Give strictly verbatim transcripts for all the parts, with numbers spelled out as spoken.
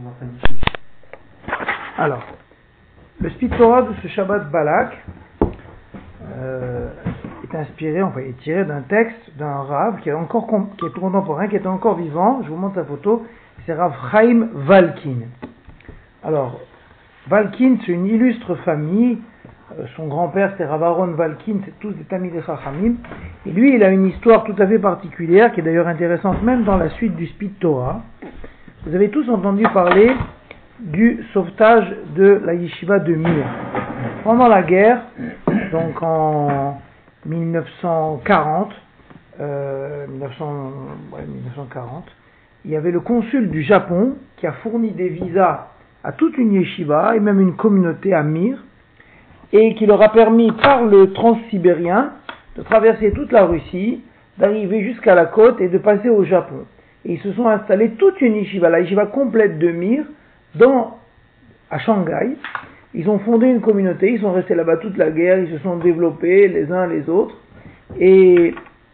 Alors, le Spit Torah de ce Shabbat Balak euh, est inspiré, enfin, est tiré d'un texte d'un Rav qui est encore qui est contemporain, qui était encore vivant. Je vous montre sa photo. C'est Rav Chaim Valkin. Alors, Valkin, c'est une illustre famille. Euh, son grand-père, c'était Rav Aaron Valkin. C'est tous des Talmidei Chachamim. Et lui, il a une histoire tout à fait particulière, qui est d'ailleurs intéressante même dans la suite du Spit Torah. Vous avez tous entendu parler du sauvetage de la yeshiva de Mir. Pendant la guerre, donc en mille neuf cent quarante, euh, mille neuf cents, ouais, mille neuf cent quarante, il y avait le consul du Japon qui a fourni des visas à toute une yeshiva et même une communauté à Mir, et qui leur a permis par le transsibérien de traverser toute la Russie, d'arriver jusqu'à la côte et de passer au Japon. Et ils se sont installés toute une yeshiva, la yeshiva complète de Mir, dans, à Shanghai. Ils ont fondé une communauté, ils sont restés là-bas toute la guerre, ils se sont développés les uns les autres, et,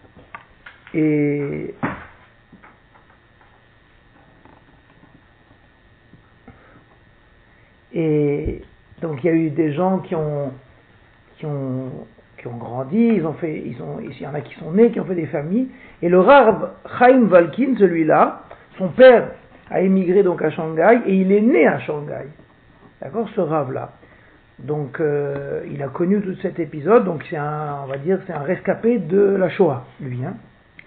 et, et donc il y a eu des gens qui ont, qui ont, qui ont grandi, ils ont fait, ils ont, il y en a qui sont nés, qui ont fait des familles, et le Rav Chaim Valkin, celui-là, son père a émigré donc à Shanghai, et il est né à Shanghai. D'accord, ce Rav-là. Donc, euh, il a connu tout cet épisode, donc c'est un, on va dire, c'est un rescapé de la Shoah, lui. Hein.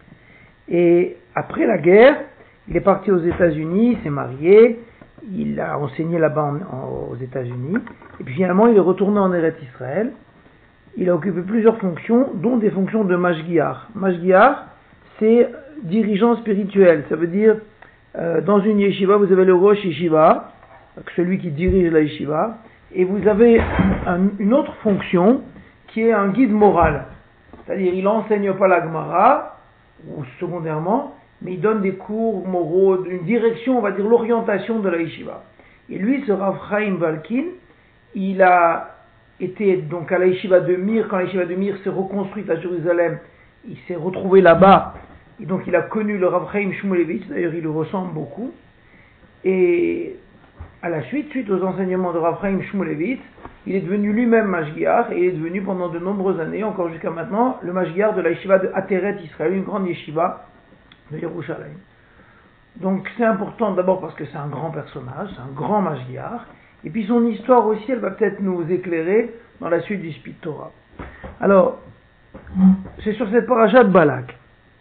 Et après la guerre, il est parti aux États-Unis, il s'est marié, il a enseigné là-bas en, en, aux États-Unis, et puis finalement, il est retourné en Eretz Israël. Il a occupé plusieurs fonctions, dont des fonctions de Mashgiach. Mashgiach, c'est dirigeant spirituel, ça veut dire Euh, dans une yeshiva, vous avez le Rosh Yeshiva, celui qui dirige la yeshiva, et vous avez un, une autre fonction qui est un guide moral. C'est-à-dire, il n'enseigne pas la Gemara, ou secondairement, mais il donne des cours moraux, une direction, on va dire l'orientation de la yeshiva. Et lui, ce Rav Chaim Valkin, il a été donc à la yeshiva de Mir, quand la yeshiva de Mir s'est reconstruite à Jérusalem, il s'est retrouvé là-bas. Et donc il a connu le Rav Chaim Shmulevitz, d'ailleurs il le ressemble beaucoup. Et à la suite, suite aux enseignements de Rav Chaim Shmulevitz, il est devenu lui-même Mashgiach, et il est devenu pendant de nombreuses années, encore jusqu'à maintenant, le Mashgiach de la yeshiva de Ateret Israël, une grande yeshiva de Yerushalayim. Donc c'est important d'abord parce que c'est un grand personnage, c'est un grand Mashgiach, et puis son histoire aussi, elle va peut-être nous éclairer dans la suite du Spit Torah. Alors, c'est sur cette paracha de Balak.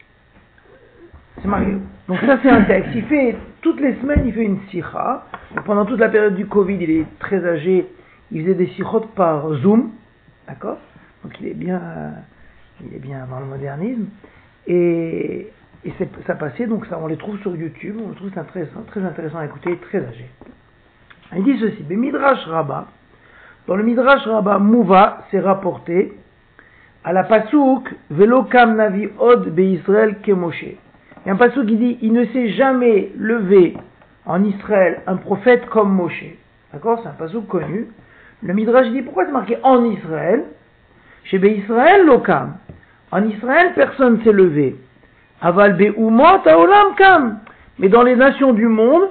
C'est Mario. Donc ça c'est un texte. Il fait toutes les semaines, il fait une sikha. Pendant toute la période du Covid, il est très âgé. Il faisait des sikhot par Zoom, d'accord. Donc il est bien, euh, il est bien dans le modernisme. Et, et c'est, ça passait. Donc ça, on les trouve sur YouTube. On le trouve intéressant, très intéressant à écouter, très âgé. Il dit ceci. Mais Midrash Rabbah, dans le Midrash Rabbah, Mouva, c'est rapporté à la pasouk Velo kam navi od be Israël ke Moshe. Il y a un passage qui dit, il ne s'est jamais levé en Israël un prophète comme Moshe. D'accord, c'est un passage connu. Le Midrash dit, pourquoi c'est marqué en Israël? Chez Be Israël, lokam. En Israël, personne ne s'est levé. Aval be umot haolam kam. Mais dans les nations du monde,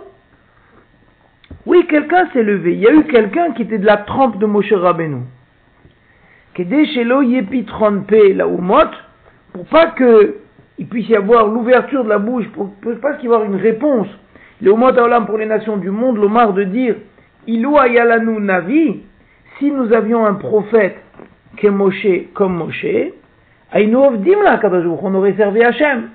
oui, quelqu'un s'est levé. Il y a eu quelqu'un qui était de la trempe de Moshe Rabbeinu. Kedé shelo yepitron pe la umot, pour pas que il puisse y avoir l'ouverture de la bouche, pour, pour pas qu'il y ait une réponse. Le Umot Haolam pour les nations du monde, l'Omar de dire, Ilou ayalanu navi, si nous avions un prophète que Moshe, comme Moshe, Aïnou ovdim la Kadajouch, on aurait servi Hachem.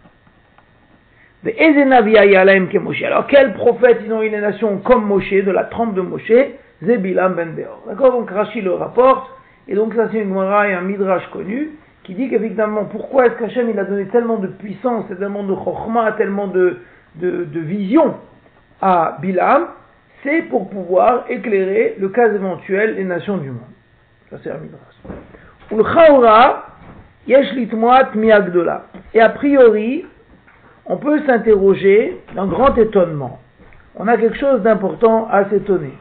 Mais Eze navi ayalaim que Moshe. Alors quel prophète ils ont eu les nations comme Moshe, de la trempe de Moshe, Zebilam ben Beor. D'accord, donc Rashi le rapporte, et donc ça c'est une Gemara et un Midrash connu, qui dit qu'évidemment, pourquoi est-ce qu'Hachem il a donné tellement de puissance, tellement de chokhma, tellement de, de, de vision à Bilam, c'est pour pouvoir éclairer le cas éventuel des nations du monde. Ça c'est un midrash. Ulchaura, yesh litmoat miagdola. Et a priori, on peut s'interroger d'un grand étonnement. On a quelque chose d'important à s'étonner.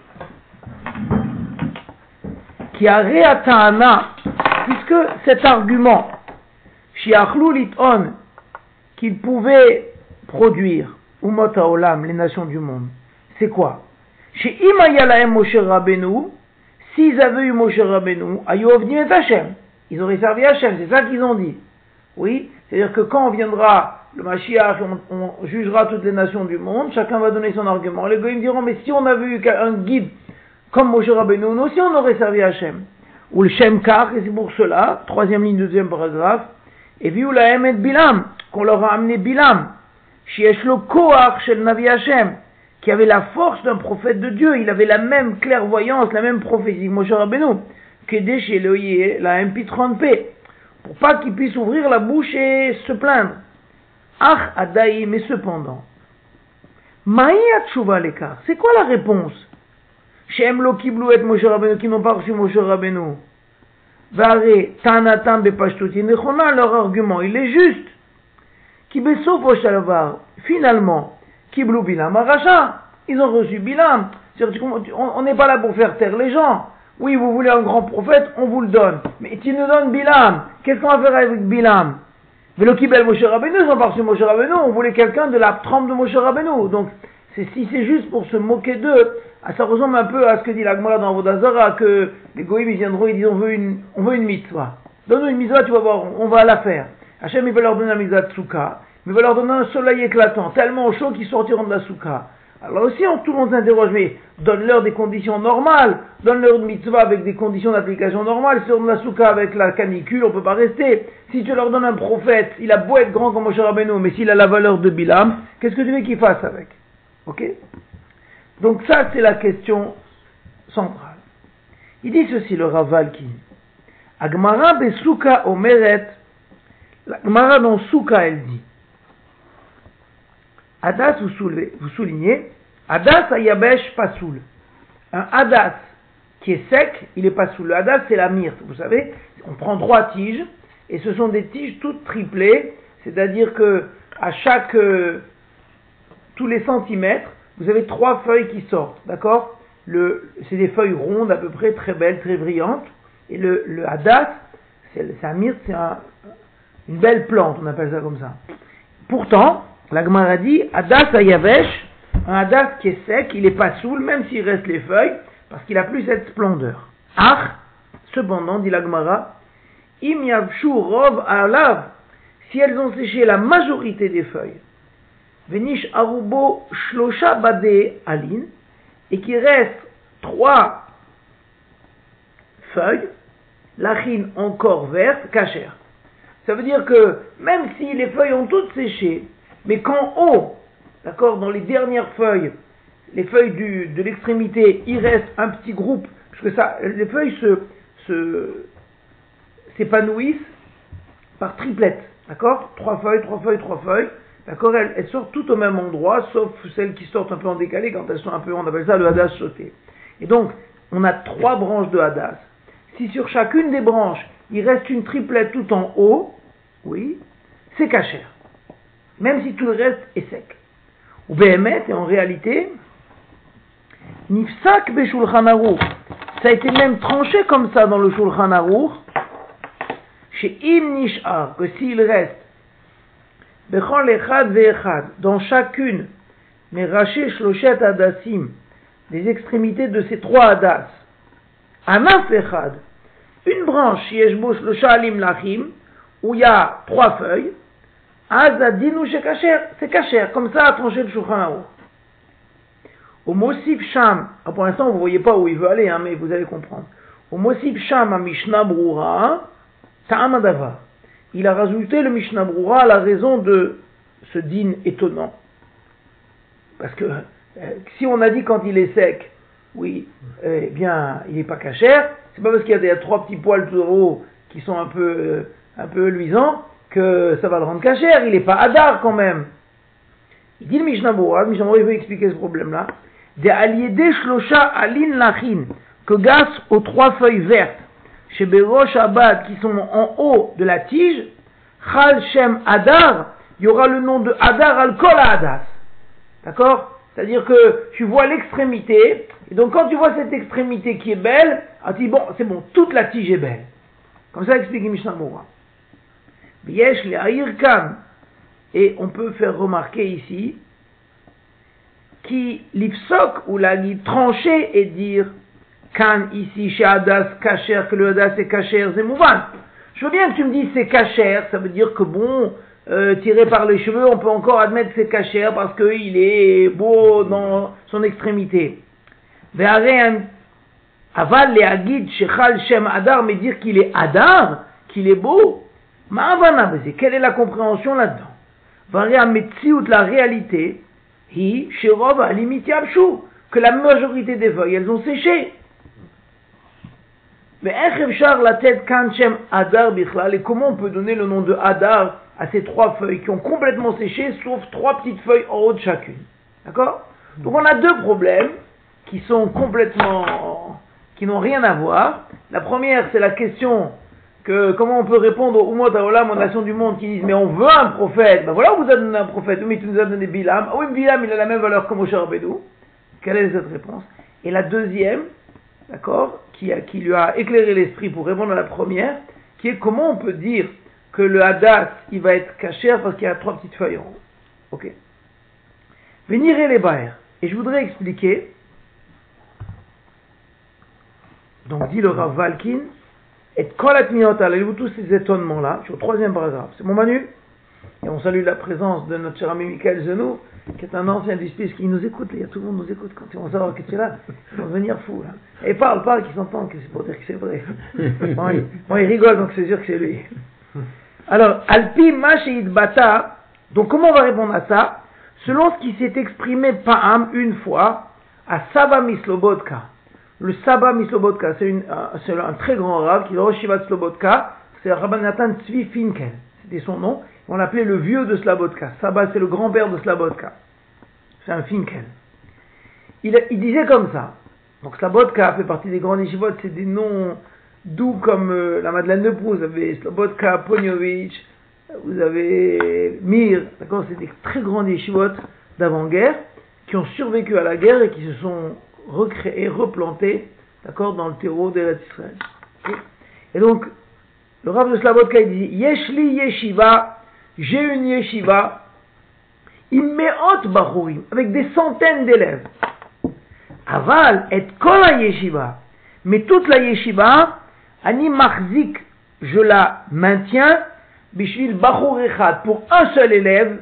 Qui a réatana, puisque cet argument, Shiachlu lit'on, qu'il pouvait produire, Umot haolam, les nations du monde, c'est quoi? Chez Imayalaem Moshe Rabbeinu, s'ils avaient eu Moshe Rabbeinu, Ayovni et Hachem, ils auraient servi Hachem, c'est ça qu'ils ont dit. Oui, c'est-à-dire que quand viendra le Mashiach, on, on jugera toutes les nations du monde, chacun va donner son argument. Les goïms diront, mais si on avait eu un guide comme Moshe Rabbeinu, nous aussi on aurait servi Hachem. Ou le Shem Kar, et c'est pour cela, troisième ligne, deuxième paragraphe, et vu la Emet Bilam, qu'on leur a amené Bilam, Shiesh lo Koach shel Navi Hachem, qui avait la force d'un prophète de Dieu, il avait la même clairvoyance, la même prophétie que Moshe Rabbeinu, que des chez Eloïe, la M P trente P, pour pas qu'il puisse ouvrir la bouche et se plaindre. Ach Adaï, mais cependant, Maï Atshuva l'écart, c'est quoi la réponse? Shem lo kiblu et Moshe Rabbeinu, qui n'ont pas reçu Moshe Rabbeinu. Vare Tanatam bepashtuti nechona, leur argument, il est juste. Qui besofo shalavar, finalement, kiblu Bilam Aracha, ils ont reçu Bilam. On n'est pas là pour faire taire les gens. Oui, vous voulez un grand prophète, on vous le donne. Mais tu nous donnes Bilam. Qu'est-ce qu'on va faire avec Bilam? Velo kibel Moshe Rabbeinu, ils ont pas reçu Moshe Rabbeinu, on voulait quelqu'un de la trempe de Moshe Rabbeinu. Donc, c'est, si c'est juste pour se moquer d'eux, ça ressemble un peu à ce que dit la Gemara dans Vodazara, que les goïms ils viendront, ils disent on veut une, on veut une mitzvah. Donne-nous une mitzvah, tu vas voir, on va la faire. Hachem il va leur donner la mitzvah de Souka, mais il va leur donner un soleil éclatant, tellement chaud qu'ils sortiront de la Souka. Alors aussi, on, tout le monde s'interroge, mais donne-leur des conditions normales, donne-leur une mitzvah avec des conditions d'application normales, si on de la Souka avec la canicule, on peut pas rester. Si tu leur donnes un prophète, il a beau être grand comme Moshe Rabbeinu, mais s'il a la valeur de Bilam, qu'est-ce que tu veux qu'il fasse avec? Ok? Donc ça, c'est la question centrale. Il dit ceci, le Rav Valkin. Agmara besouka omeret, la Gemara dans Souka, elle dit, Hadas, vous, soulevez, vous soulignez, Hadas ayabesh pasoul. Un Hadas qui est sec, il est pasoul. Le Hadas, c'est la myrte, vous savez, on prend trois tiges, et ce sont des tiges toutes triplées, c'est-à-dire que à chaque, euh, tous les centimètres, vous avez trois feuilles qui sortent, d'accord? Le, c'est des feuilles rondes à peu près, très belles, très brillantes, et le, le Hadas, c'est, c'est un myrte, c'est un, une belle plante, on appelle ça comme ça. Pourtant, la Gemara dit, Hadas ayavesh, un Hadas qui est sec, il est pas saoul, même s'il reste les feuilles, parce qu'il a plus cette splendeur. Ach, cependant, dit la Gemara, im yavshu rov alav, si elles ont séché la majorité des feuilles, venish arubo shlosha bade alin, et qu'il reste trois feuilles, lachin encore vertes, kacher. Ça veut dire que, même si les feuilles ont toutes séché, mais qu'en haut, d'accord, dans les dernières feuilles, les feuilles du, de l'extrémité, il reste un petit groupe, parce que ça, les feuilles se, se, s'épanouissent par triplettes, d'accord? Trois feuilles, trois feuilles, trois feuilles, d'accord? Elles, elles sortent toutes au même endroit, sauf celles qui sortent un peu en décalé, quand elles sont un peu, on appelle ça le hadas sauté. Et donc, on a trois branches de hadas. Si sur chacune des branches, il reste une triplette tout en haut, oui, c'est cachère. Même si tout le reste est sec. Ou Behemet, et en réalité, Nifsak be Shulchan Aruch, ça a été même tranché comme ça dans le Shulchan Aruch, chez Im Nishar, que s'il reste, Bechol Echad ve'Echad, dans chacune, mais Raché Shloshet Hadasim, des extrémités de ces trois Hadas, Anaf Echad, une branche, Yeshbo Shlosha Alim Lachim, où il y a trois feuilles, Azadinu chez Kacher, c'est Kacher, comme ça a tranché le Shulchan Aruch. Au Mosif Sham, ah, pour l'instant vous ne voyez pas où il veut aller, hein, mais vous allez comprendre. Au Mosif Sham à Mishnah Brura, Ta'am Adava. Il a rajouté le Mishnah Brura à la raison de ce din étonnant. Parce que euh, si on a dit quand il est sec, oui, eh bien, il n'est pas Kacher, c'est pas parce qu'il y a des trois petits poils tout en haut qui sont un peu, euh, un peu luisants que ça va le rendre Kacher, il n'est pas Hadar quand même. Il dit le Mishnah Brura, le Mishnah Brura il veut expliquer ce problème-là. De aliédé shlosha alin lachin, que grâce aux trois feuilles vertes, chez Berosh Abad, qui sont en haut de la tige, Chal Shem Hadar, il y aura le nom de Hadar al Kol Hadas. D'accord? C'est-à-dire que tu vois l'extrémité, et donc quand tu vois cette extrémité qui est belle, tu dis bon, c'est bon, toute la tige est belle. Comme ça explique Mishnah Brura. Yesh le Aïr Kan, et on peut faire remarquer ici qui l'ifsok ou la trancher et dire kan ici chez Hadas kacher, que le Hadas est kacher, c'est mouvan. Je veux bien que tu me dises c'est kacher, ça veut dire que bon, euh, tiré par les cheveux, on peut encore admettre c'est kacher parce qu'il est beau dans son extrémité. Aval le agid shechal shem Adar, mais dire qu'il est Adar, qu'il est beau, ma'avana, quelle est la compréhension là-dedans? Varia metziut, la réalité, hi sherov alimit yabshu, que la majorité des feuilles elles ont séché. Mais echevchar la tête kanchem Adar bichlal, et comment on peut donner le nom de Adar à ces trois feuilles qui ont complètement séché, sauf trois petites feuilles en haut de chacune. D'accord? Donc on a deux problèmes qui sont complètement, qui n'ont rien à voir. La première, c'est la question que comment on peut répondre aux Umot HaOlam, aux nations du monde qui disent mais on veut un prophète. Ben voilà, on vous a donné un prophète. Oui, mais tu nous as donné Bilam. Ah oui, Bilam, il a la même valeur que Moshe Rabbeinu. Quelle est cette réponse? Et la deuxième, d'accord, qui, a, qui lui a éclairé l'esprit pour répondre à la première, qui est comment on peut dire que le Hadas, il va être kasher parce qu'il y a trois petites feuilles en haut. Ok. Venir les Baer. Et je voudrais expliquer. Donc dit le Rav Valkin, et Kolat Miotal, allez-vous tous ces étonnements-là, je suis au troisième paragraphe, c'est mon Manu, et on salue la présence de notre cher ami Michael Zenou, qui est un ancien du Spice, qui nous écoute, il y a tout le monde nous écoute, quand ils vont savoir que tu es là, ils vont devenir fous, là. Et parle, parle, qu'ils s'entendent, que c'est pour dire que c'est vrai. Bon, il, bon, il rigole, donc c'est sûr que c'est lui. Alors, Alpi Mashid Bata, donc comment on va répondre à ça? Selon ce qui s'est exprimé Pa'am une fois, à Saba Mislobotka. Le Saba Mislobotka, c'est, une, euh, c'est un très grand arabe qui est le Rosh Yeshiva de Slobodka, c'est Rabban Nathan Tzvi Finkel, c'était son nom, on l'appelait le vieux de Slobodka. Saba, c'est le grand-père de Slobodka, c'est un Finkel. Il, il disait comme ça, donc Slobodka fait partie des grands yeshivot, c'est des noms doux comme euh, la Madeleine de Proust, vous avez Slobodka, Ponyovitch, vous avez Mir, d'accord, c'est des très grands yeshivot d'avant-guerre qui ont survécu à la guerre et qui se sont recréés, replantés, d'accord, dans le terreau d'Eretz Israël. Okay. Et donc, le Rav de Slobodka, il dit, Yeshli Yeshiva, j'ai une Yeshiva, immeot bachurim, avec des centaines d'élèves. Aval et kol Yeshiva, mais toute la Yeshiva, ani machzik, je la maintiens, bishvil bachur echad, pour un seul élève,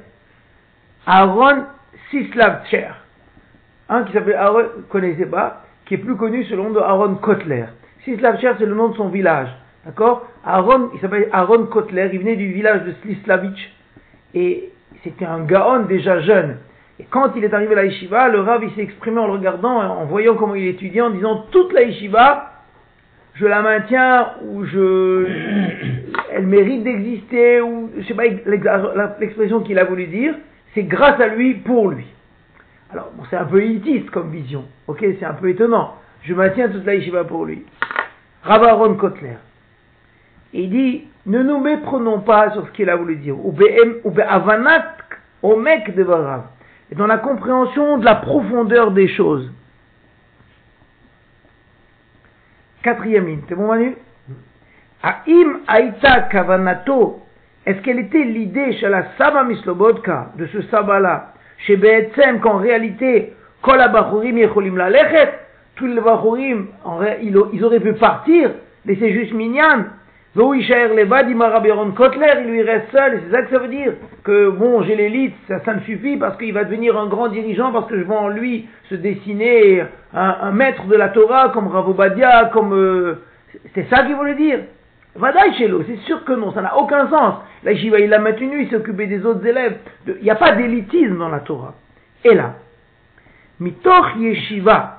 Aaron Sislav Tcher. Un qui s'appelle Aaron, vous ne connaissez pas, qui est plus connu sous le nom de Aaron Kotler. Sislavcher, c'est le nom de son village. D'accord? Aaron, il s'appelle Aaron Kotler, il venait du village de Slislavitch. Et c'était un Gaon déjà jeune. Et quand il est arrivé à la Yeshiva, le Rav, il s'est exprimé en le regardant, en voyant comment il étudiait, en disant toute la Yeshiva, je la maintiens, ou je, elle mérite d'exister, ou je sais pas l'expression qu'il a voulu dire, c'est grâce à lui, pour lui. Alors, bon, c'est un peu élitiste comme vision, ok, c'est un peu étonnant. Je maintiens toute la yeshiva pour lui. Rav Aaron Kotler. Et il dit, ne nous méprenons pas sur ce qu'il a voulu dire. Ou be'avanat omek devarav. Et dans la compréhension de la profondeur des choses. Quatrième ligne, c'est bon Manu? Aim aïta kavanato. Est-ce qu'elle était l'idée chez la Saba Mislobodka, de ce Saba-là, chez Be'etzem, qu'en réalité, Kol ha-bachurim yecholim lalechet, tous les bachurim, ils auraient pu partir, laisser juste Minyan, V'hu yishaer levad im Rabbi Aaron Kotler, il lui reste seul, et c'est ça que ça veut dire, que bon, j'ai l'élite, ça, ça me suffit, parce qu'il va devenir un grand dirigeant, parce que je vois en lui se dessiner un, un maître de la Torah, comme Rav Obadia, comme... Euh, c'est ça qu'il voulait dire. Vadaï Shelo, c'est sûr que non, ça n'a aucun sens. La yeshiva, il l'a maintenu, il s'est occupé des autres élèves. Il n'y a pas d'élitisme dans la Torah. Et là, mitoch yeshiva,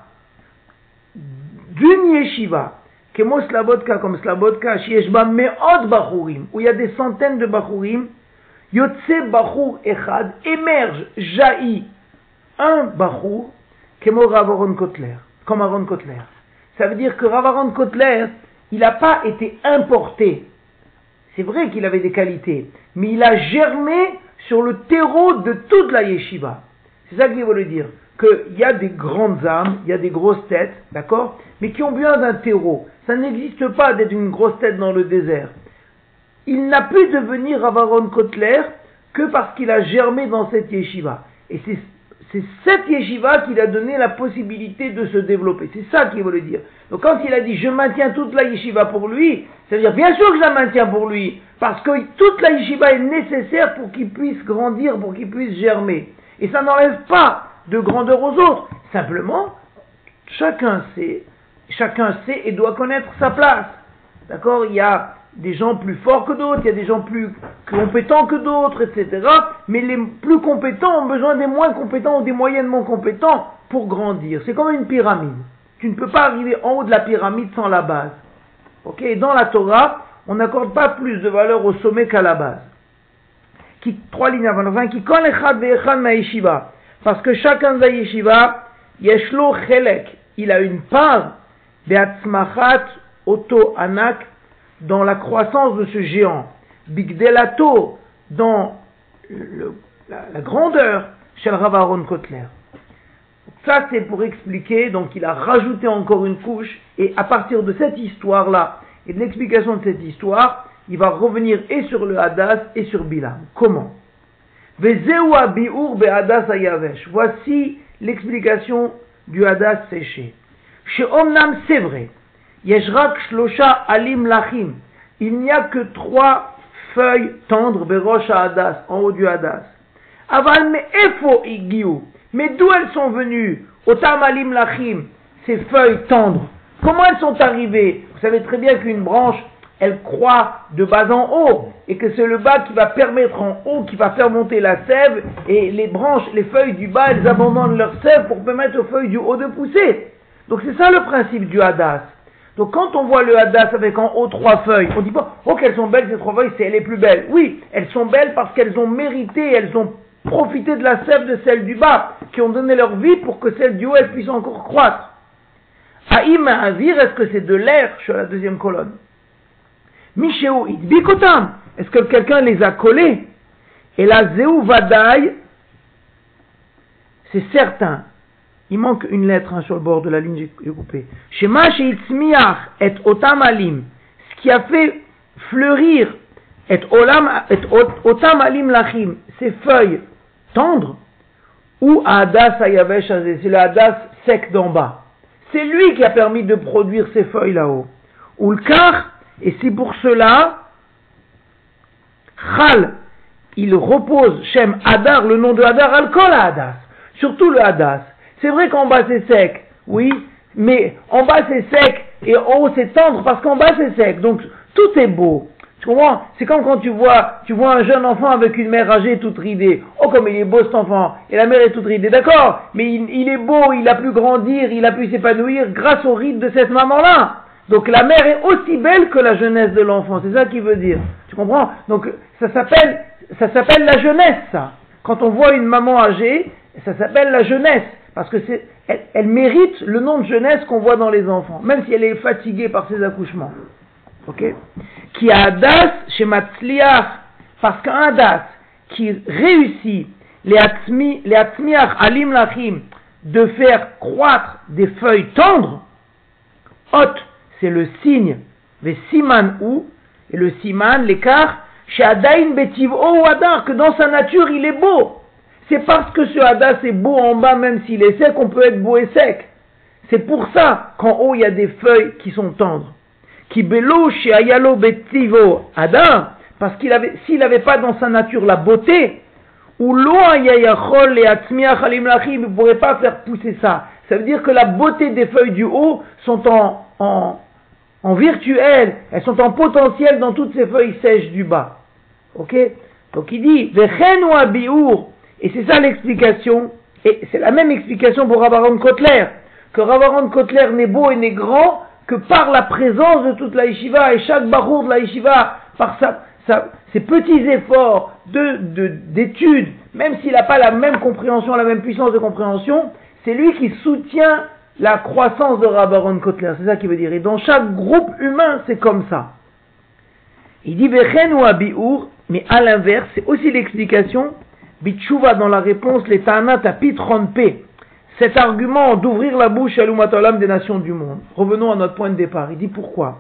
d'une yeshiva, kemo Slobodka, comme Slobodka, shieshba me'od bachurim, où il y a des centaines de bachurim, yotse bachur echad, émerge, jaillit, un bachur, kemo Rav Aaron Kotler, comme Aaron Kotler. Ça veut dire que Rav Aaron Kotler, il n'a pas été importé. C'est vrai qu'il avait des qualités, mais il a germé sur le terreau de toute la yeshiva. C'est ça qu'il veut le dire. Qu'il y a des grandes âmes, il y a des grosses têtes, d'accord, mais qui ont besoin d'un terreau. Ça n'existe pas d'être une grosse tête dans le désert. Il n'a pu devenir Rav Aaron Kotler que parce qu'il a germé dans cette yeshiva. Et c'est c'est cette yeshiva qui lui a donné la possibilité de se développer. C'est ça qu'il veut dire. Donc quand il a dit je maintiens toute la yeshiva pour lui, ça veut dire bien sûr que je la maintiens pour lui, parce que toute la yeshiva est nécessaire pour qu'il puisse grandir, pour qu'il puisse germer. Et ça n'enlève pas de grandeur aux autres. Simplement, chacun sait, chacun sait et doit connaître sa place. D'accord? Il y a des gens plus forts que d'autres, il y a des gens plus compétents que d'autres, et cetera. Mais les plus compétents ont besoin des moins compétents ou des moyennement compétents pour grandir. C'est comme une pyramide. Tu ne peux pas arriver en haut de la pyramide sans la base. Ok? Et dans la Torah, on n'accorde pas plus de valeur au sommet qu'à la base. Qui, trois lignes avant la fin, qui kon echad ve'echad ma yeshiva. Parce que chacun de la yeshiva, yeshlo chelek, il a une part, be'atzmachat oto anak, dans la croissance de ce géant, bigdelato, dans le, la, la grandeur, chez le Rav Aaron Kotler. Ça c'est pour expliquer, donc il a rajouté encore une couche, et à partir de cette histoire-là, et de l'explication de cette histoire, il va revenir et sur le Hadas et sur Bilam. Comment? Vezeu habiur behadas hayavesh. Voici l'explication du Hadas séché. Chez Omnam, c'est vrai. Yeshrak shlosha alim lachim. Il n'y a que trois feuilles tendres berosh hadas, en haut du Hadas. Aval me efo igiu. Mais d'où elles sont venues? Otam alim lachim. Ces feuilles tendres. Comment elles sont arrivées? Vous savez très bien qu'une branche, elle croît de bas en haut, et que c'est le bas qui va permettre en haut, qui va faire monter la sève, et les branches, les feuilles du bas, elles abandonnent leur sève pour permettre aux feuilles du haut de pousser. Donc c'est ça le principe du Hadas. Donc quand on voit le Hadas avec en haut trois feuilles, on dit pas, oh qu'elles sont belles ces trois feuilles, c'est les plus belles. Oui, elles sont belles parce qu'elles ont mérité, elles ont profité de la sève de celles du bas, qui ont donné leur vie pour que celles du haut, elles puissent encore croître. Haïm Azir, est-ce que c'est de l'air? Je suis à la deuxième colonne. Michéo Idbikotam, est-ce que quelqu'un les a collés? Et la Zéou Vadaï, c'est certain. Il manque une lettre hein, sur le bord de la ligne, j'ai coupé. Shema Sheitzmiach et Otam Alim, ce qui a fait fleurir et Olam et Otam Alim Lachim, ces feuilles tendres, ou Hadas Ayavesh Azé, c'est le Hadas sec d'en bas. C'est lui qui a permis de produire ces feuilles là-haut. Ou le Kar, et c'est pour cela, Chal, il repose Shem Hadar, le nom de Hadar, Al-Kol Hadas, surtout le Hadas. C'est vrai qu'en bas c'est sec, oui, mais en bas c'est sec et en haut c'est tendre parce qu'en bas c'est sec. Donc tout est beau. Tu comprends? C'est comme quand tu vois, tu vois un jeune enfant avec une mère âgée toute ridée. Oh comme il est beau cet enfant. Et la mère est toute ridée. D'accord, mais il, il est beau, il a pu grandir, il a pu s'épanouir grâce aux rides de cette maman-là. Donc la mère est aussi belle que la jeunesse de l'enfant. C'est ça qu'il veut dire. Tu comprends? Donc ça s'appelle, ça s'appelle la jeunesse, ça. Quand on voit une maman âgée, ça s'appelle la jeunesse. Parce que c'est, elle, elle mérite le nom de jeunesse qu'on voit dans les enfants, même si elle est fatiguée par ses accouchements. Ok? Qui a Hadas chez Matzliach, parce qu'un Hadas qui réussit les Atzmi, les Atzmiach Alim Lachim de faire croître des feuilles tendres, Hot, c'est le signe, les Siman ou, et le Siman, l'écart, chez Adain Betiv O Hadar, que dans sa nature il est beau. C'est parce que ce Hadas est beau en bas, même s'il est sec, on peut être beau et sec. C'est pour ça qu'en haut, il y a des feuilles qui sont tendres. Qui belo chez Ayalo Betivo Hadar, parce qu'il avait, s'il n'avait pas dans sa nature la beauté, ou lo ayayachol et atzmiach alim lachim, il ne pourrait pas faire pousser ça. Ça veut dire que la beauté des feuilles du haut sont en, en, en virtuel, elles sont en potentiel dans toutes ces feuilles sèches du bas. Ok? Donc il dit, vechen ou abiur, et c'est ça l'explication, et c'est la même explication pour Rav Aaron Kotler, que Rav Aaron Kotler n'est beau et n'est grand que par la présence de toute la yeshiva, et chaque barour de la yeshiva, par sa, sa, ses petits efforts de, de, d'études, même s'il n'a pas la même compréhension, la même puissance de compréhension, c'est lui qui soutient la croissance de Rav Aaron Kotler, c'est ça qu'il veut dire. Et dans chaque groupe humain, c'est comme ça. Il dit Vechen ou Abiur, mais à l'inverse, c'est aussi l'explication Bitchouva dans la réponse, les Ta'anat à Pitron P. Cet argument d'ouvrir la bouche à l'Umatolam des nations du monde. Revenons à notre point de départ. Il dit pourquoi?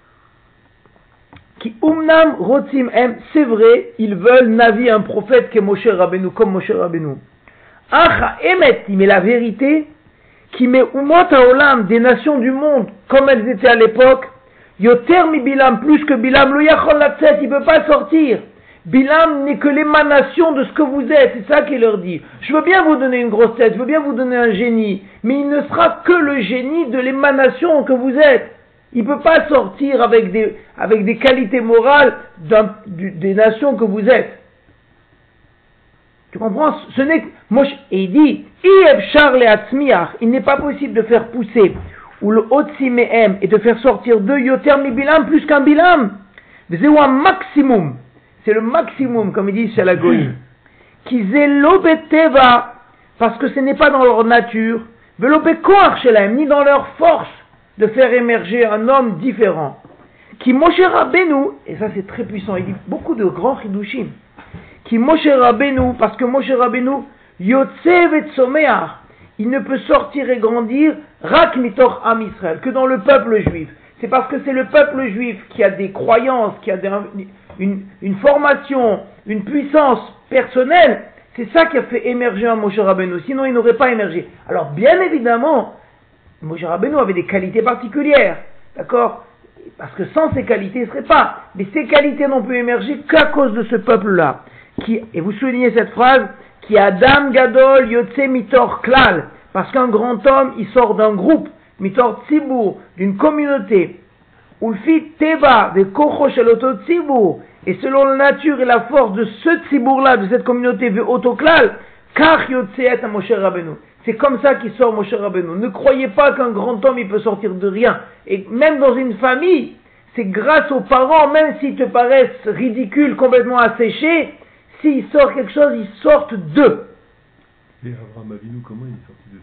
Qui Umnam Rotzim M, c'est vrai, ils veulent Navi, un prophète qui est Moshe Rabbeinu, comme Moshe Rabbeinu. Acha emet, mais la vérité, qui met umot haolam, des nations du monde, comme elles étaient à l'époque, yoter mi Bilam, plus que Bilam, lo yachol latzet, il ne peut pas sortir. Bilam n'est que l'émanation de ce que vous êtes, c'est ça qu'il leur dit. Je veux bien vous donner une grosse tête, je veux bien vous donner un génie, mais il ne sera que le génie de l'émanation que vous êtes. Il ne peut pas sortir avec des, avec des qualités morales d'un, du, des nations que vous êtes. Tu comprends? Ce n'est que, et il dit, il n'est pas possible de faire pousser, ou le Otzimehem, et de faire sortir deux Yoter mi Bilam plus qu'un Bilam. C'est un maximum. C'est le maximum, comme ils disent chez la Goïm. Qui zélobeteva, parce que ce n'est pas dans leur nature, velobekoar shelaim, ni dans leur force de faire émerger un homme différent. Qui Moshe Rabbeinu, et ça c'est très puissant, il dit beaucoup de grands chidushim. Qui Moshe Rabbeinu, parce que Moshe Rabbeinu, yotzev et tzomeach, il ne peut sortir et grandir rak mitor am Israël, que dans le peuple juif. C'est parce que c'est le peuple juif qui a des croyances, qui a des, une, une formation, une puissance personnelle, c'est ça qui a fait émerger un Moshe Rabbeinu, sinon il n'aurait pas émergé. Alors bien évidemment, Moshe Rabbeinu avait des qualités particulières, d'accord? Parce que sans ces qualités, il ne serait pas. Mais ces qualités n'ont pu émerger qu'à cause de ce peuple-là. Qui, et vous soulignez cette phrase, qui Adam Gadol Yotze Mitor Klal, parce qu'un grand homme, il sort d'un groupe, Mitor Tzibur, d'une communauté, Ulfi Teba, de Kocho Sheloto Tzibur, et selon la nature et la force de ce Tzibur-là, de cette communauté, Ve'oto Klal, Kach Yotze et Moshe Rabbeinu. C'est comme ça qu'il sort Moshe Rabbeinu. Ne croyez pas qu'un grand homme, il peut sortir de rien. Et même dans une famille, c'est grâce aux parents, même s'ils te paraissent ridicules, complètement asséchés, s'il sort quelque chose, ils sortent d'eux. Et Abraham Avinu, comment il est sorti de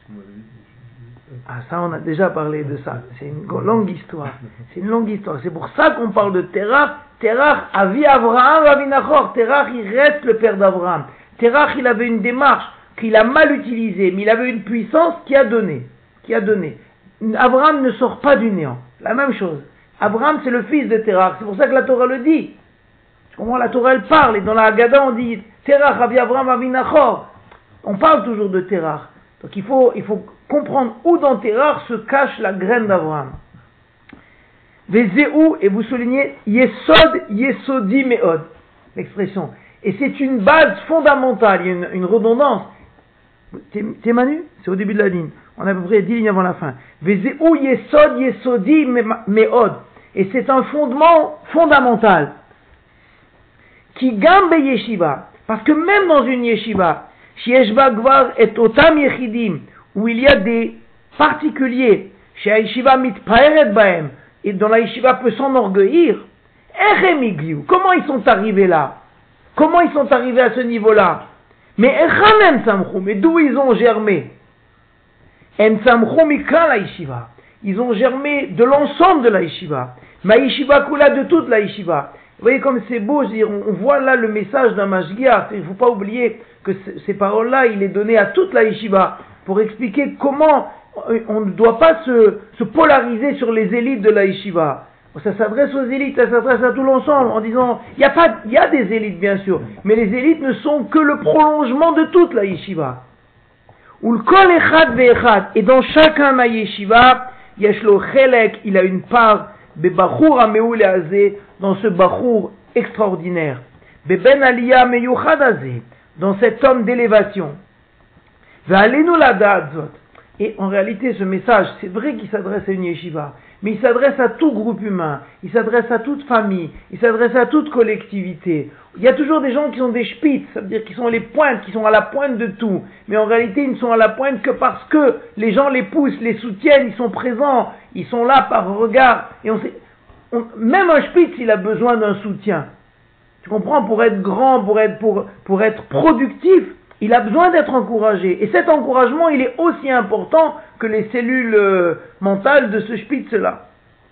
Terach? Ah, ça, on a déjà parlé de ça. C'est une longue histoire. C'est une longue histoire. C'est pour ça qu'on parle de Terach. Terach, Avi Abraham, Avi Nachor. Terach, il reste le père d'Abraham. Terach, il avait une démarche qu'il a mal utilisée, mais il avait une puissance qui a donné. Qui a donné. Abraham ne sort pas du néant. La même chose. Abraham, c'est le fils de Terach. C'est pour ça que la Torah le dit. Comment la Torah elle parle, et dans la Haggadah on dit Terach, Avi Avraham, Avi Nachor. On parle toujours de Terach. Donc il faut, il faut comprendre où dans Terach se cache la graine d'Avraham. Vezéou, et vous soulignez Yesod, Yesodi Meod, l'expression. Et c'est une base fondamentale, il y a une, une redondance. T'es Manu? C'est au début de la ligne. On a à peu près dix lignes avant la fin. Vezéou, Yesod, Yesodi Meod. Et c'est un fondement fondamental. Qui gambe yeshiva, parce que même dans une yeshiva, shieshba gvar et otam yechidim, où il y a des particuliers, chez yeshiva mitpaeret baem, et dont la yeshiva peut s'enorgueillir, echemigliu, comment ils sont arrivés là? Comment ils sont arrivés à ce niveau-là? Mais echanem samchou, mais d'où ils ont germé? En samchou mikra la yeshiva, ils ont germé de l'ensemble de la yeshiva, ma yeshiva kula de toute la yeshiva. Vous voyez comme c'est beau, je veux dire, on voit là le message d'un Mashgiach. Il ne faut pas oublier que ces paroles-là, il est donné à toute la yeshiva pour expliquer comment on ne doit pas se, se polariser sur les élites de la yeshiva. Ça s'adresse aux élites, ça s'adresse à tout l'ensemble en disant, il y a pas, il y a des élites bien sûr, mais les élites ne sont que le prolongement de toute la yeshiva. Ul kol echad ve'echad, et dans chacun ma yeshiva, yeshlo chelek, il a une part, bebachour ameoul azé, dans ce bachour extraordinaire, beben aliyah meyuchad azé, dans cet homme d'élévation. Ve'alenu ladad zot. Et en réalité, ce message, c'est vrai qu'il s'adresse à une yeshiva, mais il s'adresse à tout groupe humain, il s'adresse à toute famille, il s'adresse à toute collectivité. Il y a toujours des gens qui sont des spitz, ça veut dire qu'ils sont les pointes, qui sont à la pointe de tout, mais en réalité, ils ne sont à la pointe que parce que les gens les poussent, les soutiennent, ils sont présents, ils sont là par regard, et on sait, on, même un spitz, il a besoin d'un soutien. Tu comprends? Pour être grand, pour être, pour, pour être productif, il a besoin d'être encouragé. Et cet encouragement, il est aussi important que les cellules euh, mentales de ce spitz-là.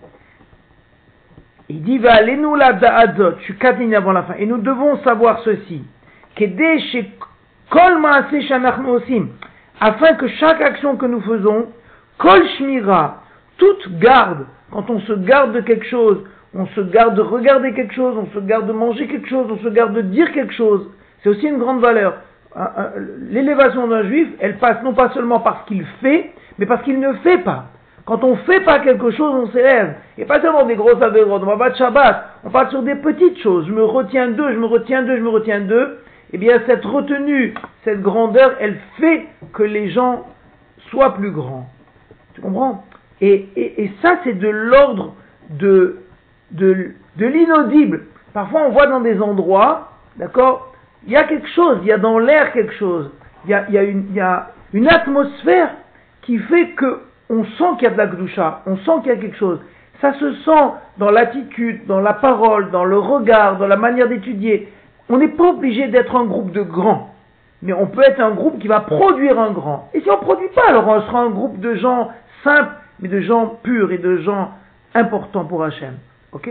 Il dit, va aller nous la da'adzot, je suis quatre lignes avant la fin. Et nous devons savoir ceci. Qu'aider chez kol ma'aseh shanachnu osim, afin que chaque action que nous faisons, kol shmira, toute garde, quand on se garde de quelque chose, on se garde de regarder quelque chose, on se garde de manger quelque chose, on se garde de dire quelque chose, c'est aussi une grande valeur. l'élévation d'un juif, elle passe non pas seulement par ce qu'il fait, mais parce qu'il ne fait pas. Quand on ne fait pas quelque chose, on s'élève. Et pas seulement des grosses avérotes, on va pas de Shabbat, on parle sur des petites choses. Je me retiens d'eux, je me retiens d'eux, je me retiens d'eux. Eh bien, cette retenue, cette grandeur, elle fait que les gens soient plus grands. Tu comprends? et, et, et ça, c'est de l'ordre de, de, de l'inaudible. Parfois, on voit dans des endroits, d'accord, il y a quelque chose, il y a dans l'air quelque chose. Il y a, il y a, une, il y a une atmosphère qui fait que on sent qu'il y a de la Gdusha, on sent qu'il y a quelque chose. Ça se sent dans l'attitude, dans la parole, dans le regard, dans la manière d'étudier. On n'est pas obligé d'être un groupe de grands, mais on peut être un groupe qui va produire un grand. Et si on ne produit pas, alors on sera un groupe de gens simples, mais de gens purs et de gens importants pour Hachem. Ok?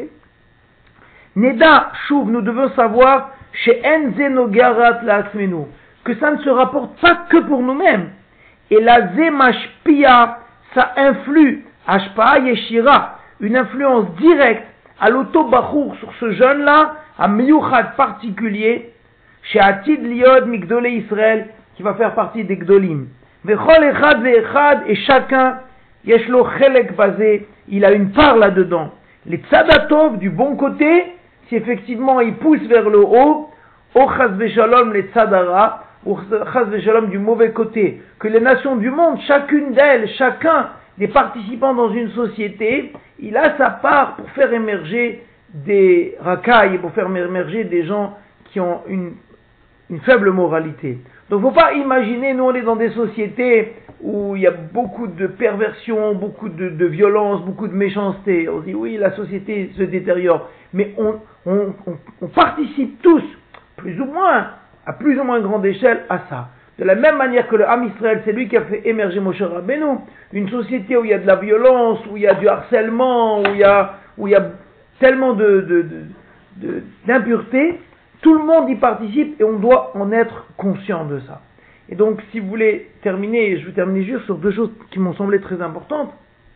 Neda, Chouv, nous devons savoir, chez Enzenogarat la Asmenu, que ça ne se rapporte pas que pour nous-mêmes. Et la Zemashpia, ça influe, Ashpa Yeshira, une influence directe à l'auto-bachour sur ce jeune-là, à Miyuchad particulier, chez Atid Liod Migdolé Israël, qui va faire partie des Gdolim. Vechol Echad Ve'echad, et chacun, Yeshlo Chelek Bazé, il a une part là-dedans. Les Tzadatov, du bon côté, si effectivement il pousse vers le haut, O Chaz Veshalom les Tzadara, ou Chaz Veshalom du mauvais côté, que les nations du monde, chacune d'elles, chacun des participants dans une société, il a sa part pour faire émerger des racailles, pour faire émerger des gens qui ont une, une faible moralité. Donc il ne faut pas imaginer, nous on est dans des sociétés où il y a beaucoup de perversion, beaucoup de, de violence, beaucoup de méchanceté. On dit oui, la société se détériore, mais on, on, on, on participe tous, plus ou moins, à plus ou moins grande échelle, à ça. De la même manière que le Ham Israël, c'est lui qui a fait émerger Moshe Rabbeinu, une société où il y a de la violence, où il y a du harcèlement, où il y a, où il y a tellement de, de, de, de, d'impureté, tout le monde y participe et on doit en être conscient de ça. Et donc, si vous voulez terminer, je vais terminer juste sur deux choses qui m'ont semblé très importantes,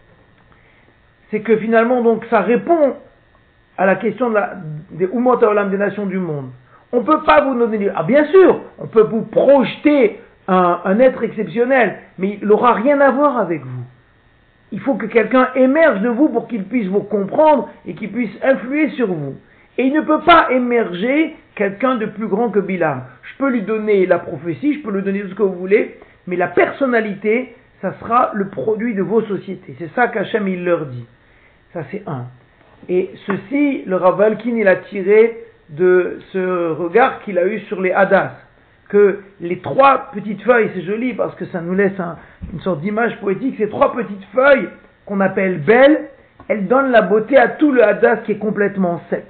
c'est que finalement, donc, ça répond à la question de la, des Umot HaOlam, des nations du monde. On ne peut pas vous donner... Ah bien sûr, on peut vous projeter un, un être exceptionnel, mais il n'aura rien à voir avec vous. Il faut que quelqu'un émerge de vous pour qu'il puisse vous comprendre et qu'il puisse influer sur vous. Et il ne peut pas émerger quelqu'un de plus grand que Bilam. Je peux lui donner la prophétie, je peux lui donner tout ce que vous voulez, mais la personnalité, ça sera le produit de vos sociétés. C'est ça qu'Hachem il leur dit. Ça c'est un. Et ceci, le Rav Valkin il a tiré de ce regard qu'il a eu sur les Hadas, que les trois petites feuilles, c'est joli parce que ça nous laisse un, une sorte d'image poétique, ces trois petites feuilles qu'on appelle belles, elles donnent la beauté à tout le Hadas qui est complètement sec.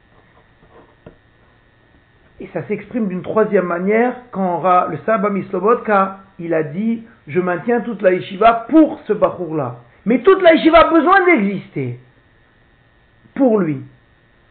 Et ça s'exprime d'une troisième manière quand le Saba Mislobotka, il a dit, je maintiens toute la yeshiva pour ce bachour-là. Mais toute la yeshiva a besoin d'exister pour lui. D'accord ?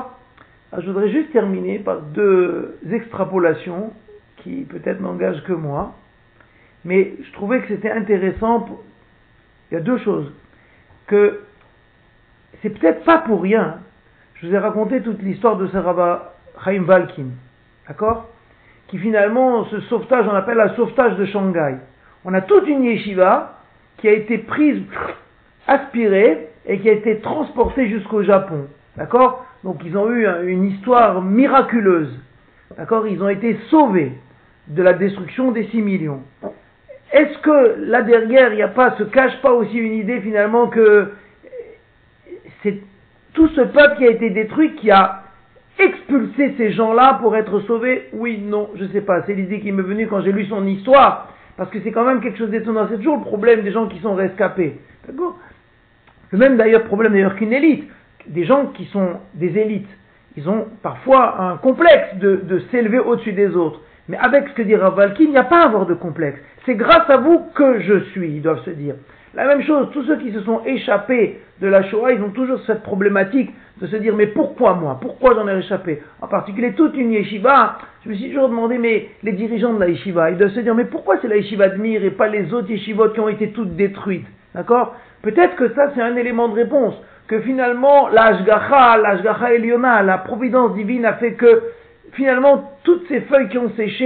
Alors, je voudrais juste terminer par deux extrapolations qui peut-être n'engagent que moi, mais je trouvais que c'était intéressant. Pour... Il y a deux choses. Que c'est peut-être pas pour rien. Je vous ai raconté toute l'histoire de ce rabbin Chaim Valkin, d'accord? Qui finalement, ce sauvetage, on appelle le sauvetage de Shanghai. On a toute une yeshiva qui a été prise, aspirée, et qui a été transportée jusqu'au Japon, d'accord? Donc ils ont eu une histoire miraculeuse. D'accord? Ils ont été sauvés de la destruction des six millions. Est-ce que là derrière, il n'y a pas, se cache pas aussi une idée finalement que c'est tout ce peuple qui a été détruit qui a expulsé ces gens-là pour être sauvés? Oui, non, je ne sais pas. C'est l'idée qui m'est venue quand j'ai lu son histoire. Parce que c'est quand même quelque chose d'étonnant. C'est toujours le problème des gens qui sont rescapés. D'accord? Le même d'ailleurs problème d'ailleurs qu'une élite. Des gens qui sont des élites, ils ont parfois un complexe de, de s'élever au-dessus des autres. Mais avec ce que dit Rav Valkin, il n'y a pas à avoir de complexe. C'est grâce à vous que je suis, ils doivent se dire. La même chose, tous ceux qui se sont échappés de la Shoah, ils ont toujours cette problématique de se dire, mais pourquoi moi? Pourquoi j'en ai échappé? En particulier toute une yeshiva, je me suis toujours demandé, mais les dirigeants de la yeshiva, ils doivent se dire, mais pourquoi c'est la yeshiva de Mir et pas les autres yeshivot qui ont été toutes détruites? D'accord? Peut-être que ça c'est un élément de réponse. Que finalement, la Ashgacha, la Ashgacha Eliona, la providence divine a fait que, finalement, toutes ces feuilles qui ont séché,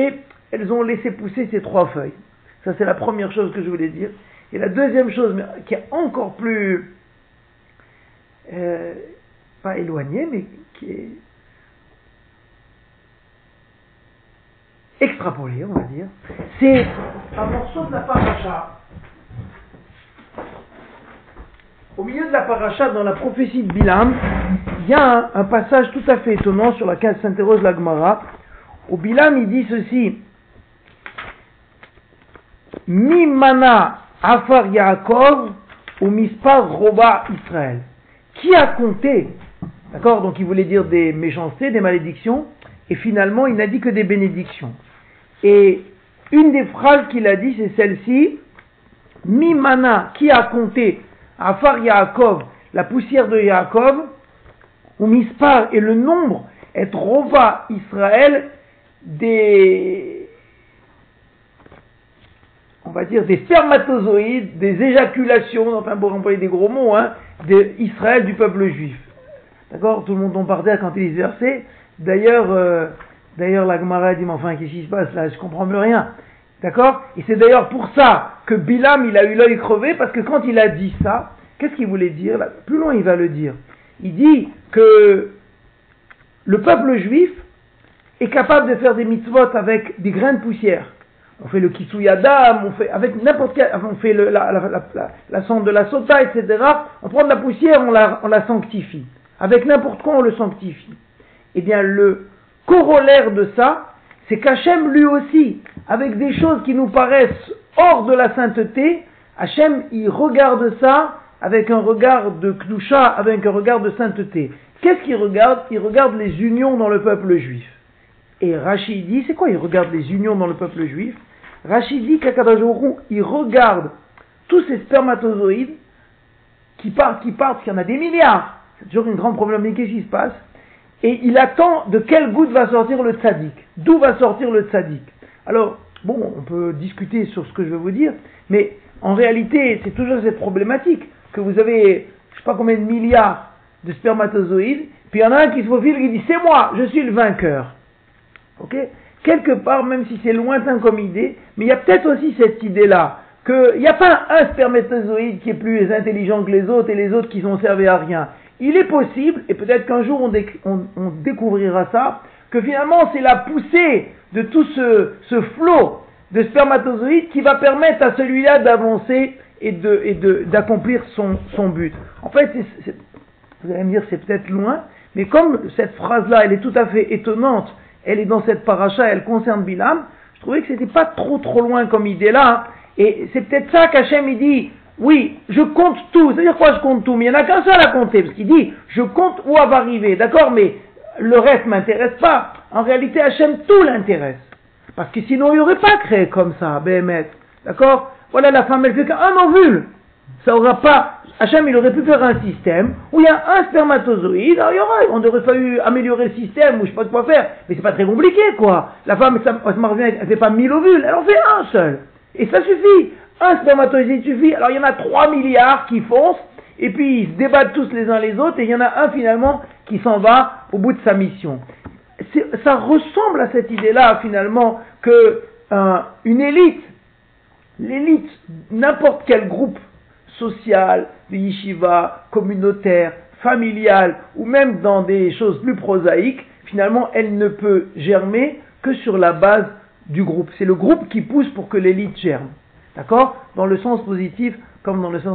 elles ont laissé pousser ces trois feuilles. Ça, c'est la première chose que je voulais dire. Et la deuxième chose, mais qui est encore plus, euh, pas éloignée, mais qui est extrapolée, on va dire, c'est un morceau de la paracha. Au milieu de la paracha, dans la prophétie de Bilam, il y a un, un passage tout à fait étonnant sur lequel s'interroge la Gemara, où Bilam il dit ceci: Mi mana afar Yaakov ou mispar roba Israël. Qui a compté? D'accord, donc il voulait dire des méchancetés, des malédictions, et finalement il n'a dit que des bénédictions. Et une des phrases qu'il a dit, c'est celle-ci: Mi mana, qui a compté afar Yaakov, la poussière de Yaakov, ou mispar, et le nombre est rova Israël, des, on va dire, des spermatozoïdes, des éjaculations, enfin pour employer des gros mots, hein, d'Israël, du peuple juif. D'accord, tout le monde tombe par terre quand il est versé. D'ailleurs, euh, d'ailleurs la Gemara dit, mais enfin, qu'est-ce qui se passe là? Je comprends plus rien. D'accord? Et c'est d'ailleurs pour ça que Bilam, il a eu l'œil crevé, parce que quand il a dit ça, qu'est-ce qu'il voulait dire là? Plus loin, il va le dire. Il dit que le peuple juif est capable de faire des mitzvot avec des grains de poussière. On fait le kitsuyadam, on fait avec n'importe quel, on fait le, la, la, la, la, la sonde de la sota, et cetera. On prend de la poussière, on la, on la sanctifie. Avec n'importe quoi, on le sanctifie. Eh bien, le corollaire de ça, c'est qu'Hachem, lui aussi, avec des choses qui nous paraissent hors de la sainteté, Hachem, il regarde ça avec un regard de Kdusha, avec un regard de sainteté. Qu'est-ce qu'il regarde? Il regarde les unions dans le peuple juif. Et Rachid dit, c'est quoi il regarde les unions dans le peuple juif? Rachid dit qu'Akadosh Baruch Hu, il regarde tous ces spermatozoïdes qui partent, qui partent, qu'il y en a des milliards. C'est toujours une grande problématique, qu'est-ce qui se passe? Et il attend de quelle goutte va sortir le tzaddik. D'où va sortir le tzaddik? Alors, bon, on peut discuter sur ce que je veux vous dire, mais en réalité, c'est toujours cette problématique que vous avez, je sais pas combien de milliards de spermatozoïdes, puis il y en a un qui se faufile et qui dit, c'est moi, je suis le vainqueur. Ok? Quelque part, même si c'est lointain comme idée, mais il y a peut-être aussi cette idée-là, qu'il n'y a pas un spermatozoïde qui est plus intelligent que les autres et les autres qui sont servis à rien. Il est possible, et peut-être qu'un jour on, déc- on, on découvrira ça, que finalement c'est la poussée de tout ce, ce flot de spermatozoïdes qui va permettre à celui-là d'avancer et, de, et de, d'accomplir son, son but. En fait, c'est, c'est, vous allez me dire c'est peut-être loin, mais comme cette phrase-là, elle est tout à fait étonnante, elle est dans cette paracha, elle concerne Bilam, je trouvais que c'était pas trop trop loin comme idée-là, et c'est peut-être ça qu'Hachem il dit, oui, je compte tout. C'est-à-dire quoi, je compte tout? Mais il n'y en a qu'un seul à compter, parce qu'il dit, je compte où elle va arriver, d'accord, mais le reste m'intéresse pas. En réalité, Hachem, tout l'intéresse. Parce que sinon, il n'y aurait pas créé comme ça, B M S. D'accord? Voilà, la femme, elle fait qu'un ovule. Ça aura pas, Hachem, il aurait pu faire un système où il y a un spermatozoïde, alors il y aura, on aurait fallu améliorer le système, ou je sais pas quoi faire, mais c'est pas très compliqué, quoi. La femme, ça, ça me revient, elle fait pas mille ovules, elle en fait un seul. Et ça suffit. Un spermatozoïde suffit. Alors il y en a trois milliards qui foncent, et puis ils se débattent tous les uns les autres, et il y en a un finalement qui s'en va au bout de sa mission. C'est, ça ressemble à cette idée-là finalement que euh, une élite, l'élite, n'importe quel groupe social, de yeshiva, communautaire, familial, ou même dans des choses plus prosaïques, finalement elle ne peut germer que sur la base du groupe. C'est le groupe qui pousse pour que l'élite germe. D'accord? Dans le sens positif comme dans le sens